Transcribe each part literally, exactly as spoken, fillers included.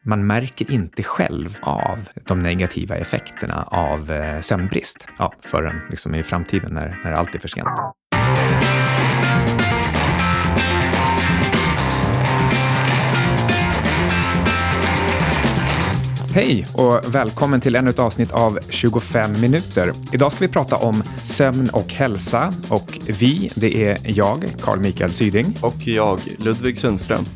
man märker inte själv av de negativa effekterna av eh, sömnbrist. Ja, förrän liksom i framtiden när, när allt är för sent. Hej och välkommen till ännu ett avsnitt av tjugofem minuter. Idag ska vi prata om sömn och hälsa och vi, det är jag, Carl Mikael Syding. Och jag, Ludvig Sundström.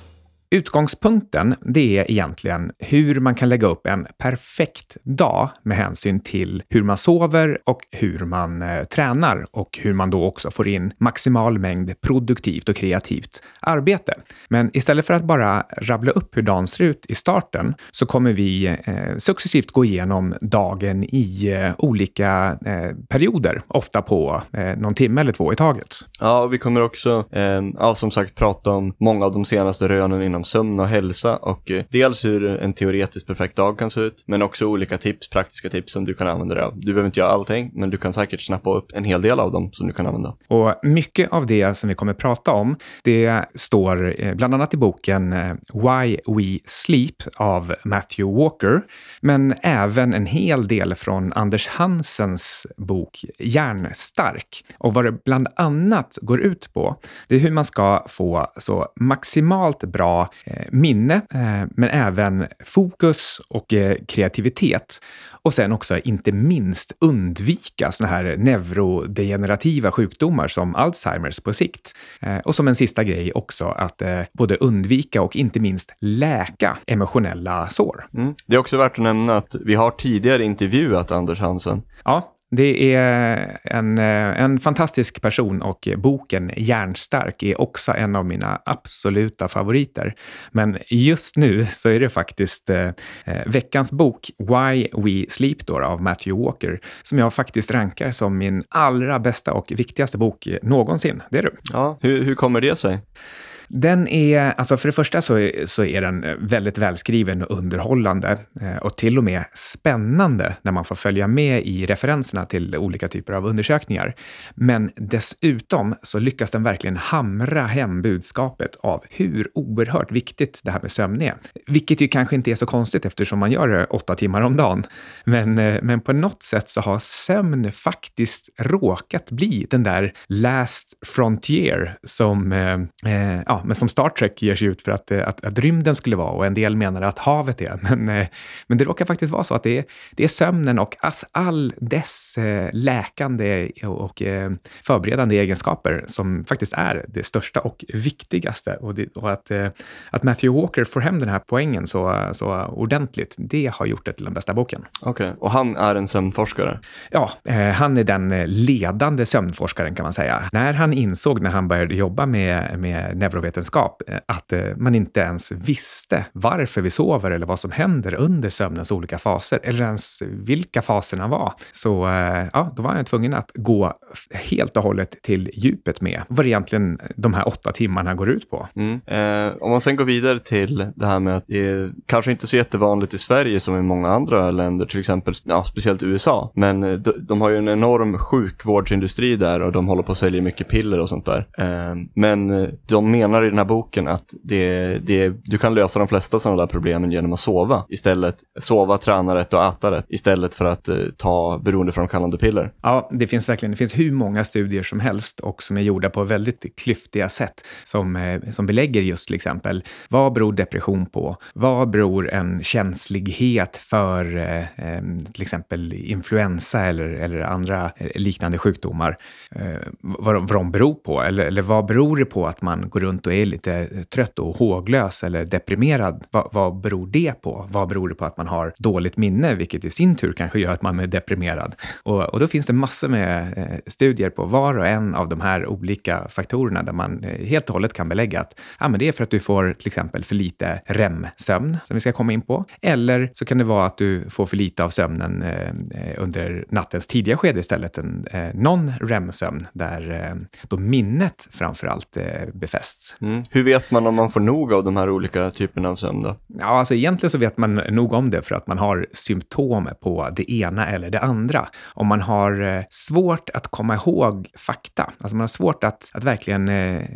Utgångspunkten, det är egentligen hur man kan lägga upp en perfekt dag med hänsyn till hur man sover och hur man eh, tränar och hur man då också får in maximal mängd produktivt och kreativt arbete. Men istället för att bara rabbla upp hur dagen ser ut i starten så kommer vi eh, successivt gå igenom dagen i eh, olika eh, perioder, ofta på eh, någon timme eller två i taget. Ja, och vi kommer också eh, ja, som sagt prata om många av de senaste rönen inom sömn och hälsa och eh, dels hur en teoretiskt perfekt dag kan se ut, men också olika tips, praktiska tips som du kan använda dig av. Du behöver inte göra allting, men du kan säkert snappa upp en hel del av dem som du kan använda. Och mycket av det som vi kommer prata om, det står eh, bland annat i boken eh, Why We Sleep av Matthew Walker, men även en hel del från Anders Hansens bok Hjärnstark. Och vad det bland annat går ut på, det är hur man ska få så maximalt bra eh, minne, eh, men även fokus och eh, kreativitet. Och sen också inte minst undvika såna här neurodegenerativa sjukdomar som Alzheimers på sikt. Eh, och som en sista grej också att eh, både undvika och inte minst läka emotionella sår. Mm. Det är också värt att nämna att vi har tidigare intervjuat Anders Hansen. Ja. Det är en, en fantastisk person och boken Hjärnstark är också en av mina absoluta favoriter. Men just nu så är det faktiskt eh, veckans bok Why We Sleep då, av Matthew Walker som jag faktiskt rankar som min allra bästa och viktigaste bok någonsin. Det är du. Ja, hur, hur kommer det sig? Den är, alltså för det första så är, så är den väldigt välskriven och underhållande eh, och till och med spännande när man får följa med i referenserna till olika typer av undersökningar. Men dessutom så lyckas den verkligen hamra hem budskapet av hur oerhört viktigt det här med sömn är. Vilket ju kanske inte är så konstigt eftersom man gör det åtta timmar om dagen. Men, eh, men på något sätt så har sömn faktiskt råkat bli den där last frontier som eh, eh, ja, men som Star Trek ger sig ut för att, att, att rymden skulle vara och en del menar att havet är. Men, men det råkar faktiskt vara så att det är, det är sömnen och all dess läkande och förberedande egenskaper som faktiskt är det största och viktigaste. Och, det, och att, att Matthew Walker får hem den här poängen så, så ordentligt, det har gjort det till den bästa boken. Okej, okay. Och han är en sömnforskare? Ja, han är den ledande sömnforskaren kan man säga. När han insåg när han började jobba med, med neurovetenskap att man inte ens visste varför vi sover eller vad som händer under sömnens olika faser eller ens vilka faserna var. Så ja, då var jag tvungen att gå helt och hållet till djupet med vad egentligen de här åtta timmarna går ut på. Mm. Eh, om man sen går vidare till det här med att det är kanske inte så jättevanligt i Sverige som i många andra länder, till exempel ja, speciellt U S A, men de, de har ju en enorm sjukvårdsindustri där och de håller på att sälja mycket piller och sånt där. Eh, men de menar i den här boken att det, det, du kan lösa de flesta sådana där problemen genom att sova. Istället sova, träna rätt och äta rätt. Istället för att eh, ta beroendeframkallande piller. Ja, det finns verkligen. Det finns hur många studier som helst och som är gjorda på väldigt klyftiga sätt. Som, eh, som belägger just till exempel vad beror depression på? Vad beror en känslighet för eh, till exempel influensa eller, eller andra liknande sjukdomar? Eh, vad, vad de beror på? Eller, eller vad beror det på att man går runt och är lite trött och håglös eller deprimerad, vad, vad beror det på? Vad beror det på att man har dåligt minne, vilket i sin tur kanske gör att man är deprimerad? Och, och då finns det massor med eh, studier på var och en av de här olika faktorerna där man eh, helt och hållet kan belägga att ja, men det är för att du får till exempel för lite R E M-sömn som vi ska komma in på. Eller så kan det vara att du får för lite av sömnen eh, under nattens tidiga skede istället, en eh, non-R E M-sömn där eh, då minnet framförallt eh, befästs. Mm. Hur vet man om man får nog av de här olika typerna av sömn då? Ja, alltså egentligen så vet man nog om det för att man har symptom på det ena eller det andra. Om man har svårt att komma ihåg fakta, alltså man har svårt att, att verkligen eh,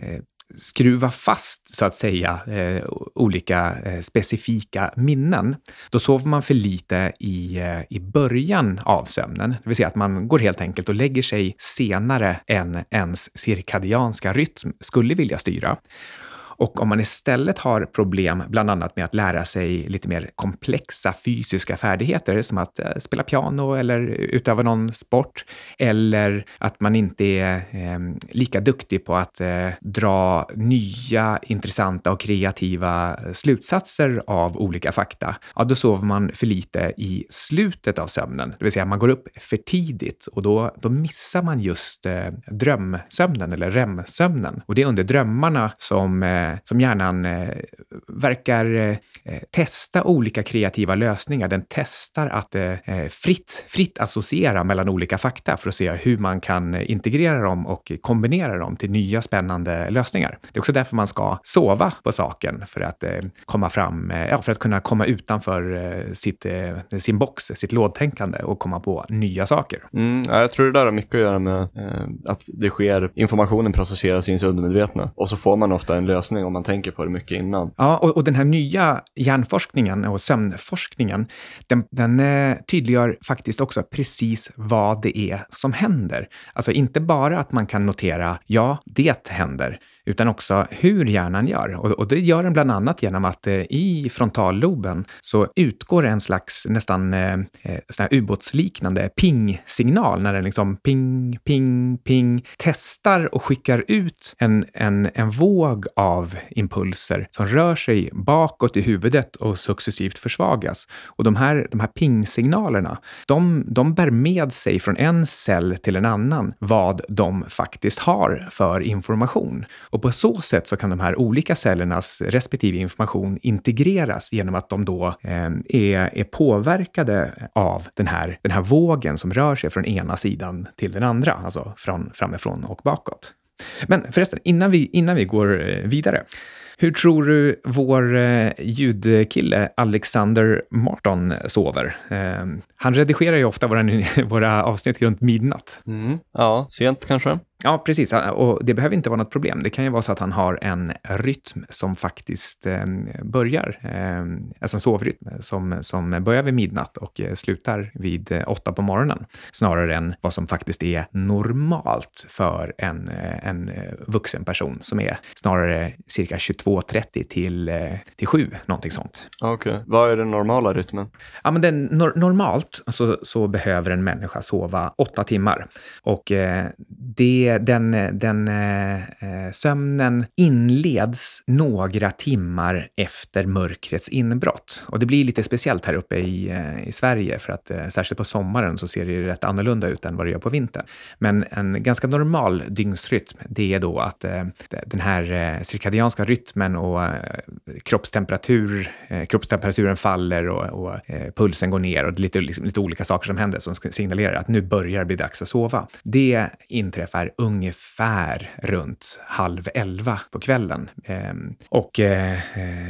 skruva fast, så att säga, eh, olika eh, specifika minnen. Då sover man för lite i, eh, i början av sömnen. Det vill säga att man går helt enkelt och lägger sig senare än ens cirkadianska rytm skulle vilja styra. Och om man istället har problem bland annat med att lära sig lite mer komplexa fysiska färdigheter som att eh, spela piano eller utöva någon sport, eller att man inte är eh, lika duktig på att eh, dra nya, intressanta och kreativa slutsatser av olika fakta, ja, då sover man för lite i slutet av sömnen. Det vill säga man går upp för tidigt och då, då missar man just eh, drömsömnen eller R E M-sömnen. Och det är under drömmarna som eh, som hjärnan eh, verkar eh, testa olika kreativa lösningar. Den testar att eh, fritt, fritt associera mellan olika fakta för att se hur man kan integrera dem och kombinera dem till nya spännande lösningar. Det är också därför man ska sova på saken, för att eh, komma fram, eh, ja, för att kunna komma utanför eh, sitt, eh, sin box, sitt lådtänkande och komma på nya saker. Mm, ja, jag tror det där har mycket att göra med eh, att det sker, informationen processeras i ens undermedvetna och så får man ofta en lösning om man tänker på det mycket innan. Ja, och, och den här nya hjärnforskningen och sömnforskningen, den, den eh, tydliggör faktiskt också precis vad det är som händer. Alltså inte bara att man kan notera, ja, det händer, utan också hur hjärnan gör. Och, och det gör den bland annat genom att eh, i frontalloben så utgår en slags nästan eh, sån här ubåtsliknande ping-signal när den liksom ping, ping, ping testar och skickar ut en, en, en våg av impulser som rör sig bakåt i huvudet och successivt försvagas. Och de här, de här ping-signalerna, de, de bär med sig från en cell till en annan vad de faktiskt har för information. Och på så sätt så kan de här olika cellernas respektive information integreras genom att de då eh, är, är påverkade av den här, den här vågen som rör sig från ena sidan till den andra, alltså från framifrån och bakåt. Men förresten, innan vi, innan vi går vidare, hur tror du vår eh, ljudkille Alexander Martin sover? Eh, han redigerar ju ofta våra, våra avsnitt runt midnatt. Mm. Ja, sent kanske. Ja, precis. Och det behöver inte vara något problem. Det kan ju vara så att han har en rytm som faktiskt eh, börjar, eh, alltså en sovrytm som, som börjar vid midnatt och eh, slutar vid eh, åtta på morgonen. Snarare än vad som faktiskt är normalt för en, en vuxen person som är snarare cirka tjugotvå trettio till, till sju, någonting sånt. Okej. Okay. Vad är den normala rytmen? Ja, men den, nor- normalt så, så behöver en människa sova åtta timmar. Och eh, det Den, den eh, sömnen inleds några timmar efter mörkrets inbrott. Och det blir lite speciellt här uppe i, eh, i Sverige för att eh, särskilt på sommaren så ser det ju rätt annorlunda ut än vad det gör på vintern. Men en ganska normal dygnsrytm, det är då att eh, den här eh, cirkadianska rytmen och eh, kroppstemperatur, eh, kroppstemperaturen faller och, och eh, pulsen går ner och det är lite, liksom, lite olika saker som händer som signalerar att nu börjar det bli dags att sova. Det inträffar ungefär runt halv elva på kvällen. Eh, och, eh,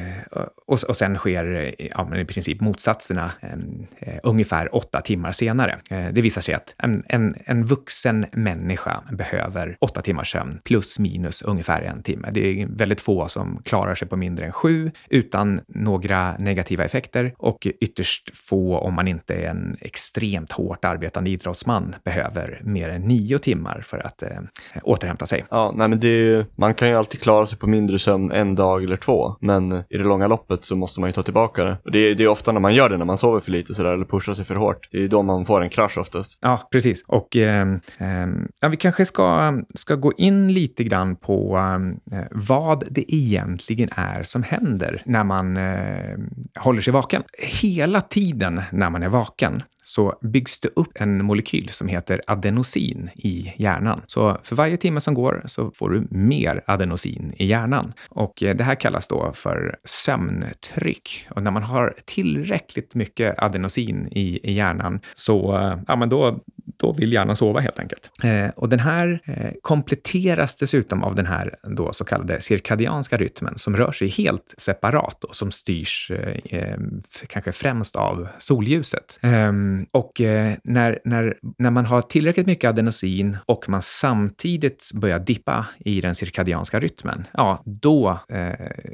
och, och sen sker ja, men i princip motsatserna eh, ungefär åtta timmar senare. Eh, det visar sig att en, en, en vuxen människa behöver åtta timmars sömn plus minus ungefär en timme. Det är väldigt få som klarar sig på mindre än sju utan några negativa effekter och ytterst få om man inte är en extremt hårt arbetande idrottsman behöver mer än nio timmar för att eh, återhämta sig. Ja, nej men det är ju, man kan ju alltid klara sig på mindre sömn en dag eller två, men i det långa loppet så måste man ju ta tillbaka det. Och det är, det är ofta när man gör det, när man sover för lite sådär eller pushar sig för hårt. Det är då man får en krasch oftast. Ja, precis. Och eh, eh, ja, vi kanske ska, ska gå in lite grann på eh, vad det egentligen är som händer när man eh, håller sig vaken. Hela tiden när man är vaken så byggs det upp en molekyl som heter adenosin i hjärnan. Så för varje timme som går så får du mer adenosin i hjärnan. Och det här kallas då för sömntryck. Och när man har tillräckligt mycket adenosin i, i hjärnan så, ja men då, då vill hjärnan sova helt enkelt. Eh, och den här eh, kompletteras dessutom av den här då så kallade cirkadianska rytmen som rör sig helt separat och som styrs eh, kanske främst av solljuset. Eh, och eh, när, när, när man har tillräckligt mycket adenosin och man samtidigt börjar dippa i den cirkadianska rytmen, ja, då eh,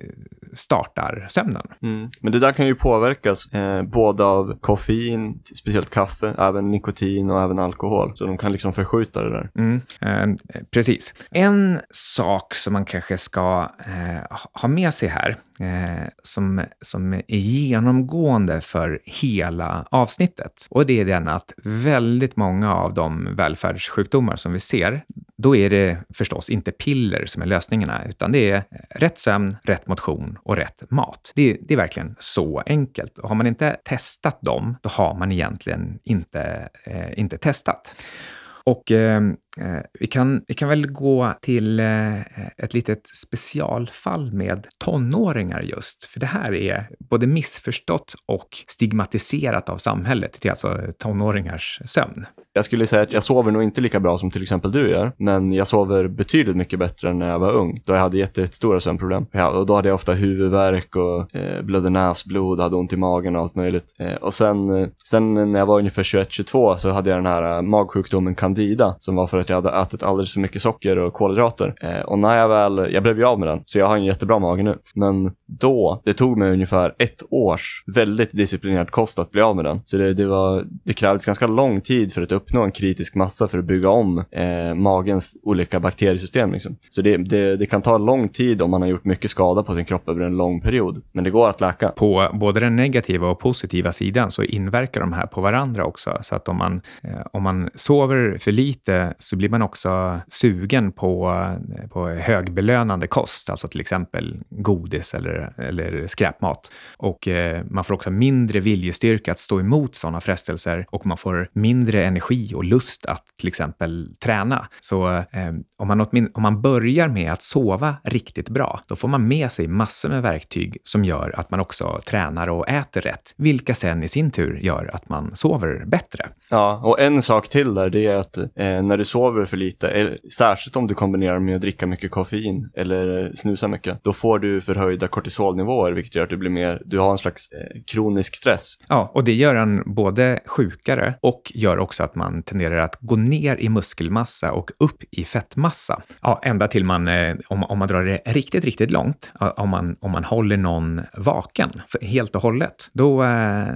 startar sömnen. Mm. Men det där kan ju påverkas eh, både av koffein, speciellt kaffe, även nikotin och även alkohol. Så de kan liksom förskjuta det där. Mm, eh, precis. En sak som man kanske ska eh, ha med sig här eh, som, som är genomgående för hela avsnittet. Och det är den att väldigt många av de välfärdssjukdomar som vi ser, då är det förstås inte piller som är lösningarna, utan det är rätt sömn, rätt motion och rätt mat. Det är, det är verkligen så enkelt. Och har man inte testat dem, då har man egentligen inte, eh, inte testat. Och eh, vi, kan, vi kan väl gå till eh, ett litet specialfall med tonåringar just. För det här är både missförstått och stigmatiserat av samhället. Det är alltså tonåringars sömn. Jag skulle säga att jag sover nog inte lika bra som till exempel du gör. Men jag sover betydligt mycket bättre än när jag var ung. Då jag hade jättestora sömnproblem. Ja, och då hade jag ofta huvudvärk och eh, blödde näsblod, hade ont i magen och allt möjligt. Eh, och sen, eh, sen när jag var ungefär tjugoett tjugotvå så hade jag den här eh, magsjukdomen Candida. Som var för att jag hade ätit alldeles för mycket socker och kolhydrater. Eh, och när jag väl, jag blev ju av med den. Så jag har en jättebra mage nu. Men då, det tog mig ungefär ett års väldigt disciplinerad kost att bli av med den. Så det, det, var, det krävdes ganska lång tid för att uppnå en kritisk massa för att bygga om eh, magens olika bakteriesystem. Liksom. Så det, det, det kan ta lång tid om man har gjort mycket skada på sin kropp över en lång period. Men det går att läka. På både den negativa och positiva sidan så inverkar de här på varandra också. Så att om man, eh, om man sover för lite så blir man också sugen på, på högbelönande kost. Alltså till exempel godis eller, eller skräpmat. Och eh, man får också mindre viljestyrka att stå emot sådana frestelser. Och man får mindre energi och lust att till exempel träna. Så eh, om, man åtmin- om man börjar med att sova riktigt bra, då får man med sig massor med verktyg som gör att man också tränar och äter rätt. Vilka sen i sin tur gör att man sover bättre. Ja, och en sak till där, det är att eh, när du sover för lite, eller, särskilt om du kombinerar med att dricka mycket koffein eller snusa mycket, då får du förhöjda kortisolnivåer, vilket gör att du blir mer, du har en slags eh, kronisk stress. Ja, och det gör en både sjukare och gör också att man tenderar att gå ner i muskelmassa och upp i fettmassa. Ja, ända till man, eh, om, om man drar det riktigt, riktigt långt, om man, om man håller någon vaken helt och hållet, då, eh,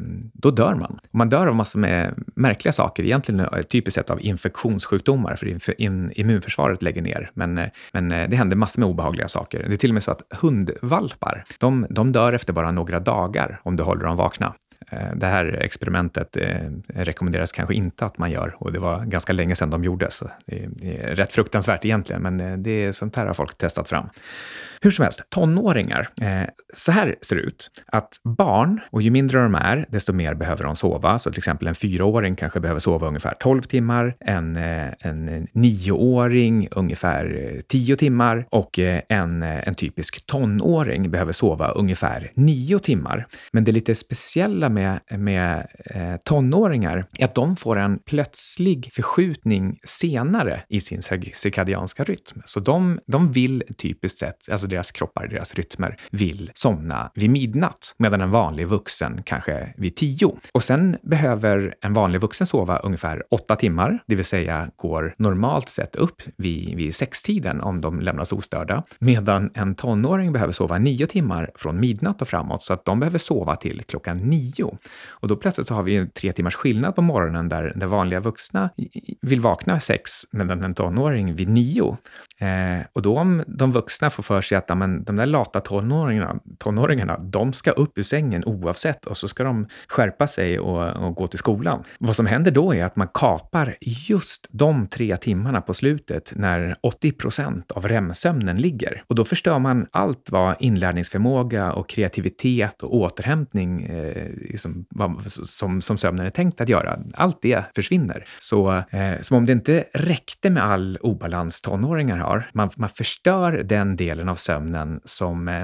då dör man. Man dör av massor med märkliga saker, egentligen typiskt sett av infektionssjukdomar, för in, immunförsvaret lägger ner. Men, men det händer massor med obehagliga saker. Det är till och med så att hundvalpar, de, de dör efter bara några dagar om du håller dem vakna. Det här experimentet rekommenderas kanske inte att man gör, och det var ganska länge sedan de gjorde, så det är rätt fruktansvärt egentligen, men det är sånt här har folk testat fram. Hur som helst, tonåringar, så här ser det ut, att barn, och ju mindre de är, desto mer behöver de sova. Så till exempel en fyraåring kanske behöver sova ungefär tolv timmar, en, en nioåring ungefär tio timmar och en, en typisk tonåring behöver sova ungefär nio timmar. Men det är lite speciella med, med eh, tonåringar är att de får en plötslig förskjutning senare i sin cirkadianska rytm. Så de, de vill typiskt sett, alltså deras kroppar, deras rytmer vill somna vid midnatt, medan en vanlig vuxen kanske vid tio. Och sen behöver en vanlig vuxen sova ungefär åtta timmar, det vill säga går normalt sett upp vid, vid sextiden om de lämnas ostörda, medan en tonåring behöver sova nio timmar från midnatt och framåt, så att de behöver sova till klockan nio. Och då plötsligt så har vi en tre timmars skillnad på morgonen där de vanliga vuxna vill vakna sex, medan en tonåring vid nio. Eh, och då om de vuxna får för sig att ja, men, de där lata tonåringarna, tonåringarna, de ska upp ur sängen oavsett, och så ska de skärpa sig och, och gå till skolan. Vad som händer då är att man kapar just de tre timmarna på slutet när åttio procent av R E M-sömnen ligger. Och då förstör man allt vad inlärningsförmåga och kreativitet och återhämtning eh, liksom, som, som sömnen är tänkt att göra. Allt det försvinner. Så eh, som om det inte räckte med all obalans tonåringar har, har. Man, man förstör den delen av sömnen som, eh,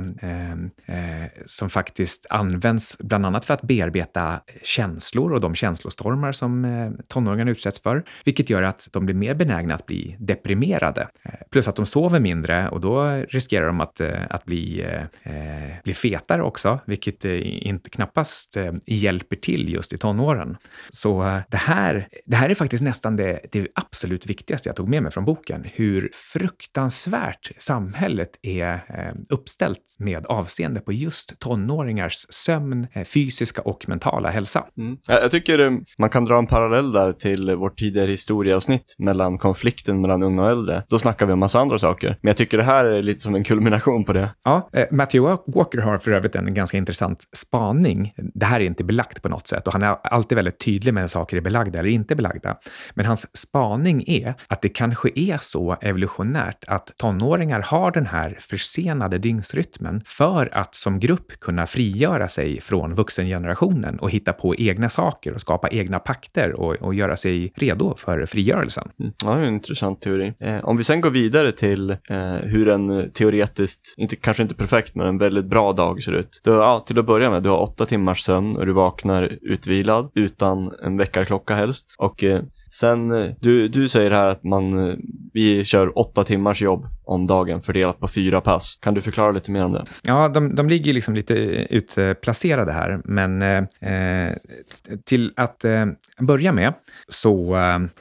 eh, som faktiskt används bland annat för att bearbeta känslor och de känslostormar som eh, tonåringarna utsätts för, vilket gör att de blir mer benägna att bli deprimerade. Eh, plus att de sover mindre och då riskerar de att, eh, att bli, eh, bli fetare också, vilket eh, inte knappast eh, hjälper till just i tonåren. Så eh, det, här, det här är faktiskt nästan det, det absolut viktigaste jag tog med mig från boken. Hur fruktansvärt samhället är eh, uppställt med avseende på just tonåringars sömn, eh, fysiska och mentala hälsa. Mm. Jag, jag tycker eh, man kan dra en parallell där till vårt tidigare historieavsnitt mellan konflikten mellan unga och äldre. Då snackar vi om massa andra saker. Men jag tycker det här är lite som en kulmination på det. Ja, eh, Matthew Walker har för övrigt en ganska intressant spaning. Det här är inte belagt på något sätt och han är alltid väldigt tydlig med saker är belagda eller inte belagda. Men hans spaning är att det kanske är så evolutionärt att tonåringar har den här försenade dygnsrytmen för att som grupp kunna frigöra sig från vuxengenerationen och hitta på egna saker och skapa egna pakter och, och göra sig redo för frigörelsen. Mm. Ja, det är en intressant teori. Eh, om vi sen går vidare till eh, hur en teoretiskt, inte, kanske inte perfekt, men en väldigt bra dag ser ut. Du, ja, till att börja med, du har åtta timmars sömn och du vaknar utvilad utan en väckarklocka helst. Och eh, sen, du, du säger här att man, vi kör åtta timmars jobb om dagen fördelat på fyra pass. Kan du förklara lite mer om det? Ja, de, de ligger liksom lite utplacerade här, men eh, till att eh, börja med så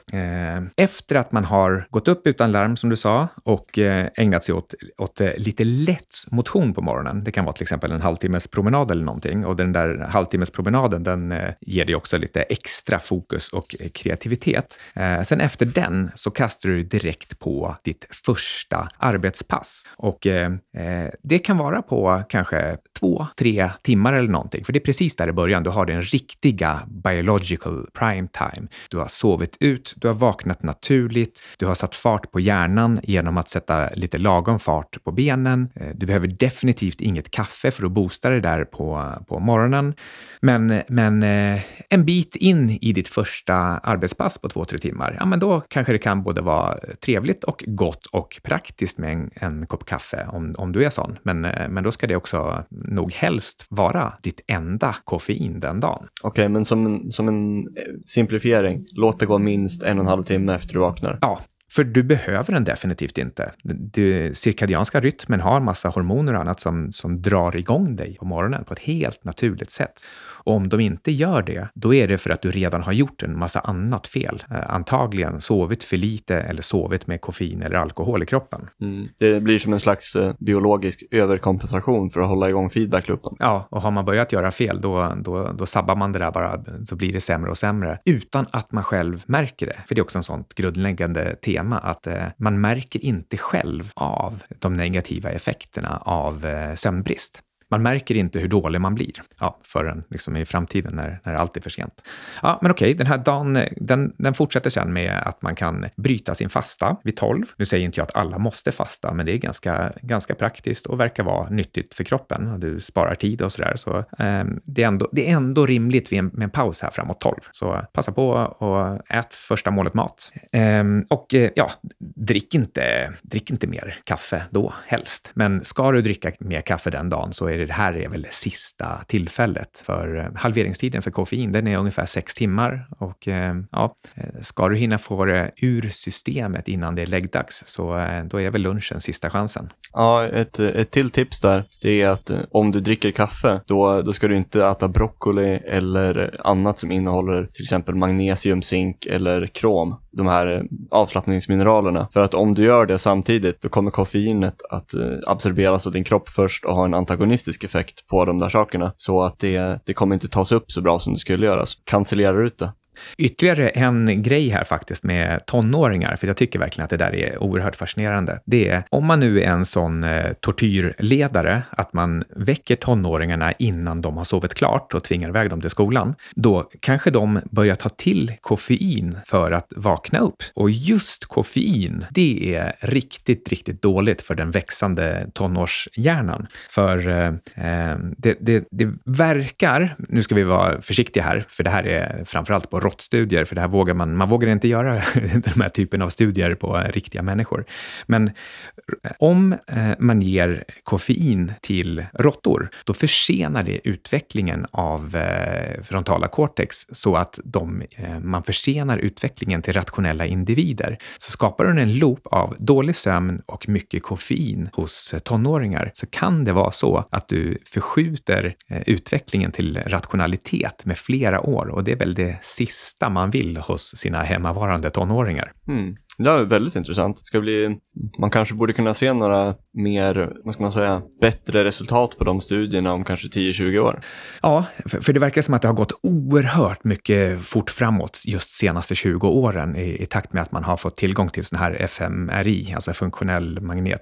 eh, efter att man har gått upp utan larm som du sa och eh, ägnat sig åt, åt eh, lite lätt motion på morgonen, det kan vara till exempel en halvtimmes promenad eller någonting, och den där halvtimmes promenaden den eh, ger dig också lite extra fokus och kreativitet. Eh, sen efter den så kastar du direkt på ditt första arbetspass. Och eh, det kan vara på kanske två, tre timmar eller någonting. För det är precis där i början. Du har den riktiga biological prime time. Du har sovit ut, du har vaknat naturligt, du har satt fart på hjärnan genom att sätta lite lagom fart på benen. Eh, du behöver definitivt inget kaffe för att boosta det där på, på morgonen. Men, men eh, en bit in i ditt första arbetspass på två, tre timmar, ja men då kanske det kan både vara trevligt och gott och praktiskt med en, en kopp kaffe om, om du är sån. Men, men då ska det också nog helst vara ditt enda koffein den dagen. Okej, okay, men som en, som en simplifiering, låt det gå minst en och en halv timme efter du vaknar. Ja. För du behöver den definitivt inte. Du, cirkadianska rytmen har massa hormoner och annat som, som drar igång dig på morgonen på ett helt naturligt sätt. Och om de inte gör det, då är det för att du redan har gjort en massa annat fel. Eh, antagligen sovit för lite eller sovit med koffein eller alkohol i kroppen. Mm. Det blir som en slags eh, biologisk överkompensation för att hålla igång feedbackloopen. Ja, och har man börjat göra fel, då, då, då sabbar man det där bara, så blir det sämre och sämre. Utan att man själv märker det. För det är också en sånt grundläggande tema att eh, man märker inte själv av de negativa effekterna av eh, sömnbrist. Man märker inte hur dålig man blir ja, förrän liksom i framtiden när, när allt är för sent. Ja, men okej, den här dagen den, den fortsätter sen med att man kan bryta sin fasta vid tolv. Nu säger inte jag att alla måste fasta, men det är ganska, ganska praktiskt och verkar vara nyttigt för kroppen. Du sparar tid och sådär. Så, eh, det, är ändå, det är ändå rimligt med en, med en paus här framåt tolv. Så passa på och ät första målet mat. Eh, och eh, ja, drick inte, drick inte mer kaffe då helst. Men ska du dricka mer kaffe den dagen så är det här är väl sista tillfället. För halveringstiden för koffein, den är ungefär sex timmar. Och ja, ska du hinna få det ur systemet innan det är läggdags så då är väl lunchen sista chansen. Ja, ett, ett till tips där, det är att om du dricker kaffe, då, då ska du inte äta broccoli eller annat som innehåller till exempel magnesium, zink eller krom. De här avslappningsmineralerna. För att om du gör det samtidigt, då kommer koffeinet att absorberas av din kropp först och ha en antagonistisk effekt på de där sakerna. Så att det, det kommer inte tas upp så bra som det skulle göras. Cancellerar ut det. Ytterligare en grej här faktiskt med tonåringar, för jag tycker verkligen att det där är oerhört fascinerande. Det är, om man nu är en sån eh, tortyrledare, att man väcker tonåringarna innan de har sovit klart och tvingar iväg dem till skolan, då kanske de börjar ta till koffein för att vakna upp. Och just koffein, det är riktigt, riktigt dåligt för den växande tonårshjärnan. För eh, det, det, det verkar, nu ska vi vara försiktiga här, för det här är framförallt på råttstudier, för det här vågar man, man vågar inte göra den här typen av studier på riktiga människor. Men om man ger koffein till råttor, då försenar det utvecklingen av frontala cortex så att de, man försenar utvecklingen till rationella individer. Så skapar du en loop av dålig sömn och mycket koffein hos tonåringar, så kan det vara så att du förskjuter utvecklingen till rationalitet med flera år, och det är väl det sista man vill hos sina hemmavarande tonåringar. Mm. Det är väldigt intressant. Ska bli, man kanske borde kunna se några mer, vad ska man säga, bättre resultat på de studierna om kanske tio till tjugo år. Ja, för, för det verkar som att det har gått oerhört mycket fort framåt just senaste tjugo åren i, i takt med att man har fått tillgång till sån här F M R I, alltså funktionell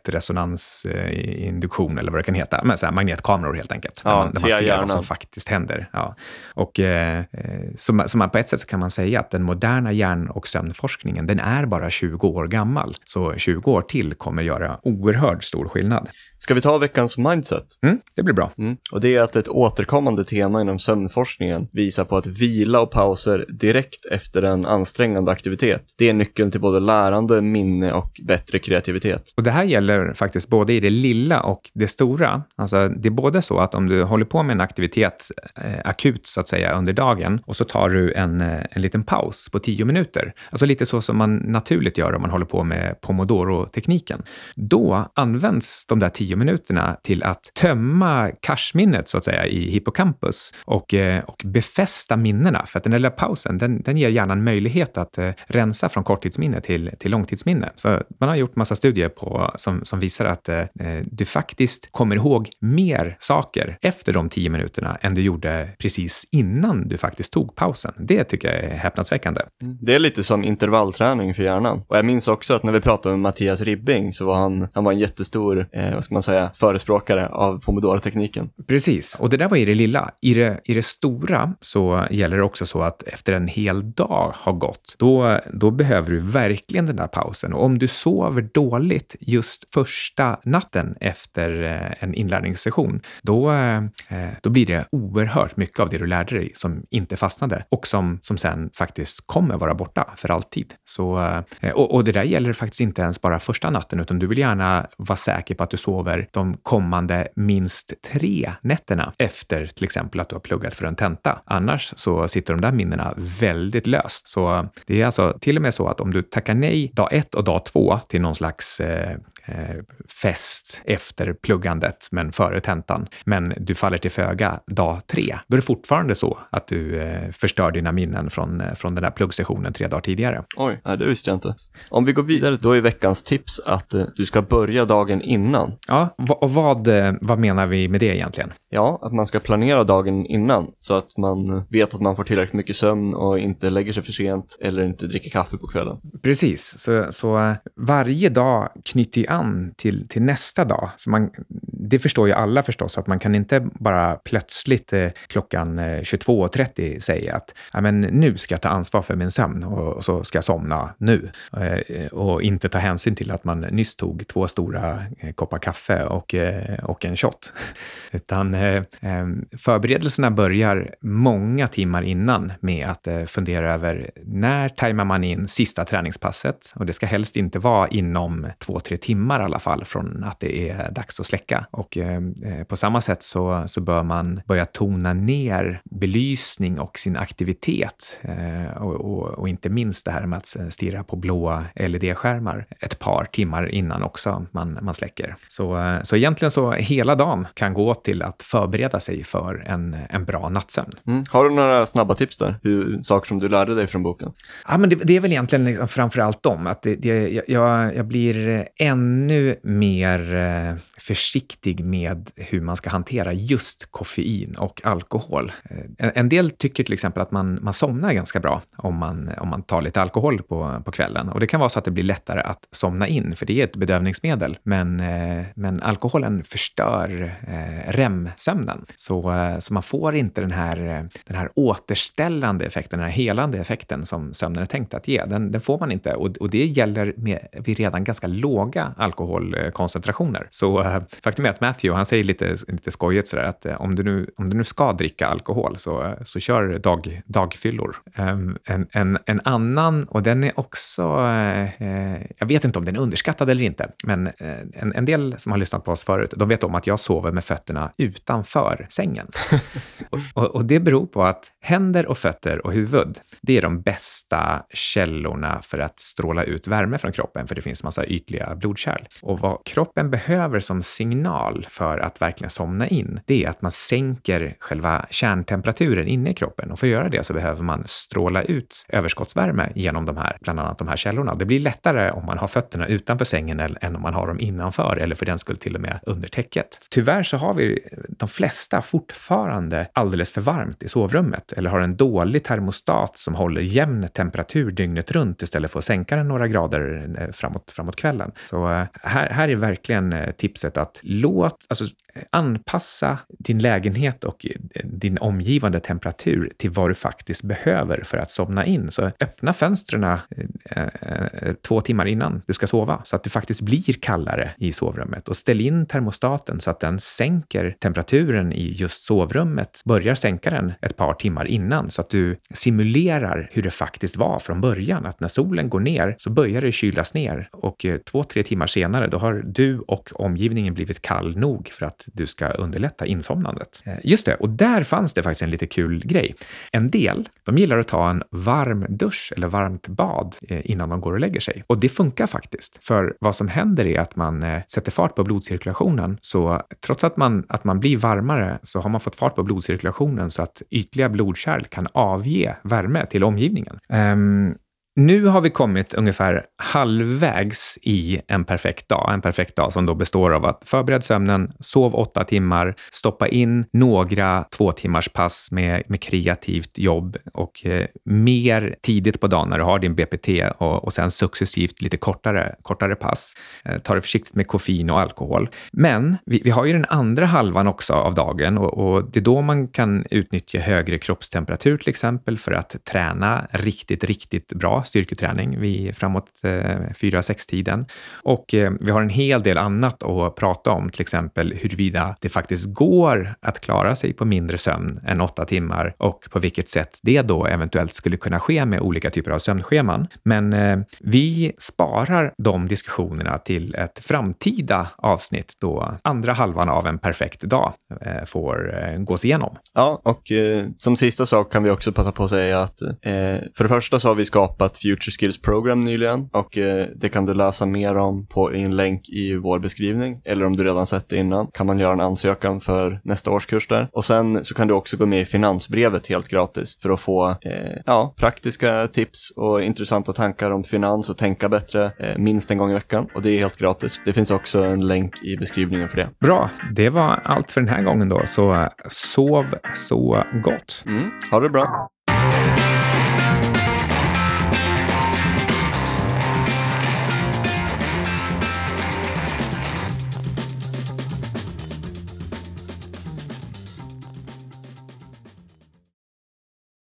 magnetresonansinduktion eller vad det kan heta, men så här magnetkameror helt enkelt. Ja, där man, där man ser hjärnan. vad som faktiskt händer. Ja. Och eh, som, som man på ett sätt så kan man säga att den moderna hjärn- och sömnforskningen, den är bara tjugo år gammal. Så tjugo år till kommer göra oerhört stor skillnad. Ska vi ta veckans mindset? Mm, det blir bra. Mm. Och det är att ett återkommande tema inom sömnforskningen visar på att vila och pauser direkt efter en ansträngande aktivitet. Det är nyckeln till både lärande, minne och bättre kreativitet. Och det här gäller faktiskt både i det lilla och det stora. Alltså det är både så att om du håller på med en aktivitet eh, akut så att säga under dagen, och så tar du en, en liten paus på tio minuter. Alltså lite så som man naturligt gör om man håller på med Pomodoro-tekniken. Då används de där tio minuterna till att tömma cashminnet så att säga i hippocampus och, och befästa minnena. För att den där pausen, den, den ger hjärnan möjlighet att eh, rensa från korttidsminne till, till långtidsminne. Så man har gjort massa studier på, som, som visar att eh, du faktiskt kommer ihåg mer saker efter de tio minuterna än du gjorde precis innan du faktiskt tog pausen. Det tycker jag är häpnadsväckande. Det är lite som intervallträning för hjärnan. Och jag minns också att när vi pratade med Mattias Ribbing så var han, han var en jättestor, eh, vad ska man säga, förespråkare av Pomodoro-tekniken. Precis, och det där var i det lilla. I det, i det stora så gäller det också så att efter en hel dag har gått, då, då behöver du verkligen den där pausen. Och om du sover dåligt just första natten efter en inlärningssession, då, då blir det oerhört mycket av det du lärde dig som inte fastnade och som, som sen faktiskt kommer vara borta för alltid. Så, och, och det där gäller faktiskt inte ens bara första natten, utan du vill gärna vara säker på att du sover de kommande minst tre nätterna efter till exempel att du har pluggat för en tenta. Annars så sitter de där minnena väldigt löst. Så det är alltså till och med så att om du tackar nej dag ett och dag två till någon slags eh, fest efter pluggandet men före tentan, men du faller till föga dag tre, då är det fortfarande så att du eh, förstör dina minnen från, från den här pluggsessionen tre dagar tidigare. Oj, nej, det visste jag inte. Om vi går vidare, då är veckans tips att eh, du ska börja dagen innan. Ja, och vad, vad menar vi med det egentligen? Ja, att man ska planera dagen innan så att man vet att man får tillräckligt mycket sömn och inte lägger sig för sent eller inte dricker kaffe på kvällen. Precis, så, så varje dag knyter ju an till, till nästa dag. Så man, det förstår ju alla förstås, att man kan inte bara plötsligt eh, klockan eh, tjugotvå trettio säga att ja, men nu ska jag ta ansvar för min sömn och, och så ska jag somna nu. Eh, och inte ta hänsyn till att man nyss tog två stora eh, koppar kaffe och, eh, och en shot. Utan eh, förberedelserna börjar många timmar innan med att eh, fundera över när tajmar man in sista träningspasset, och det ska helst inte vara inom två, tre timmar i alla fall från att det är dags att släcka. Och eh, på samma sätt så, så bör man börja tona ner belysning och sin aktivitet eh, och, och, och inte minst det här med att stirra på blåa L E D-skärmar ett par timmar innan också man, man släcker. Så, så egentligen så hela dagen kan gå till att förbereda sig för en, en bra nattsömn. Mm. Har du några snabba tips där? Hur, saker som du lärde dig från boken? Ja, men det, det är väl egentligen liksom framförallt dem. Att det, det, jag, jag blir ännu mer eh, försiktig med hur man ska hantera just koffein och alkohol. En, en del tycker till exempel att man, man somnar ganska bra om man, om man tar lite alkohol på, på kvällen. Och det kan vara så att det blir lättare att somna in, för det är ett bedövningsmedel. Men, eh, men alkoholen förstör eh, R E M-sömnen. Så, eh, så man får inte den här, den här återställande effekten, den här helande effekten som sömnen är tänkt att ge. Den, den får man inte. Och, och det gäller med vid redan ganska låga alkoholkoncentrationer. Så eh, faktum är att Matthew, han säger lite, lite skojigt sådär att eh, om, du nu, om du nu ska dricka alkohol så, så kör dag, dagfyllor. Um, en, en, en annan, och den är också, eh, jag vet inte om den är underskattad eller inte, men eh, en, en del som har lyssnat på oss förut, de vet om att jag sover med fötterna utanför sängen. och, och, och det beror på att händer och fötter och huvud, det är de bästa källorna för att stråla ut värme från kroppen, för det finns massa ytliga blodkärl. Och vad kroppen behöver som signal för att verkligen somna in, det är att man sänker själva kärntemperaturen inne i kroppen. Och för att göra det så behöver man stråla ut överskottsvärme genom de här, bland annat de här källorna. Det blir lättare om man har fötterna utanför sängen än om man har dem innanför, eller för den skull till och med under täcket. Tyvärr så har vi de flesta fortfarande alldeles för varmt i sovrummet, eller har en dålig termostat som håller jämn temperatur dygnet runt istället för att sänka den några grader framåt, framåt kvällen. Så här, här är verkligen tipset att låt, alltså anpassa din lägenhet och din omgivande temperatur till vad du faktiskt behöver för att somna in. Så öppna fönstren eh, eh, två timmar innan du ska sova så att det faktiskt blir kallare i sovrummet, och ställ in termostaten så att den sänker temperaturen i just sovrummet, börjar sänka den ett par timmar innan så att du simulerar hur det faktiskt var från början, att när solen går ner så börjar det kylas ner, och eh, två, tre timmar senare då har du och omgivningen blivit kall nog för att du ska underlätta insomnandet. Eh, just det, och där fanns det faktiskt en lite kul grej. En del, de gillar att ta en varm dusch eller varmt bad eh, innan de går och lägger sig. Och det funkar faktiskt. För vad som händer är att man eh, sätter fart på blodcirkulationen, så trots att man, att man blir varmare så har man fått fart på blodcirkulationen så att ytliga blodkärl kan avge värme till omgivningen. Um, Nu har vi kommit ungefär halvvägs i en perfekt dag. En perfekt dag som då består av att förbered sömnen, sov åtta timmar, stoppa in några två timmars pass med, med kreativt jobb och eh, mer tidigt på dagen när du har din B P T, och, och sen successivt lite kortare, kortare pass. Eh, ta det försiktigt med koffein och alkohol. Men vi, vi har ju den andra halvan också av dagen, och, och det är då man kan utnyttja högre kroppstemperatur till exempel för att träna riktigt, riktigt bra styrketräning vid framåt eh, fyra sex tiden. Och eh, vi har en hel del annat att prata om, till exempel huruvida det faktiskt går att klara sig på mindre sömn än åtta timmar och på vilket sätt det då eventuellt skulle kunna ske med olika typer av sömnscheman. Men eh, vi sparar de diskussionerna till ett framtida avsnitt då andra halvan av en perfekt dag eh, får eh, gås igenom. Ja, och eh, som sista sak kan vi också passa på att säga att eh, för det första så har vi skapat Future Skills Program nyligen, och eh, det kan du läsa mer om på en länk i vår beskrivning, eller om du redan sett det innan kan man göra en ansökan för nästa årskurs där. Och sen så kan du också gå med i finansbrevet helt gratis för att få eh, ja, praktiska tips och intressanta tankar om finans och tänka bättre eh, minst en gång i veckan, och det är helt gratis. Det finns också en länk i beskrivningen för det. Bra, det var allt för den här gången då, så sov så gott. Mm, ha det bra.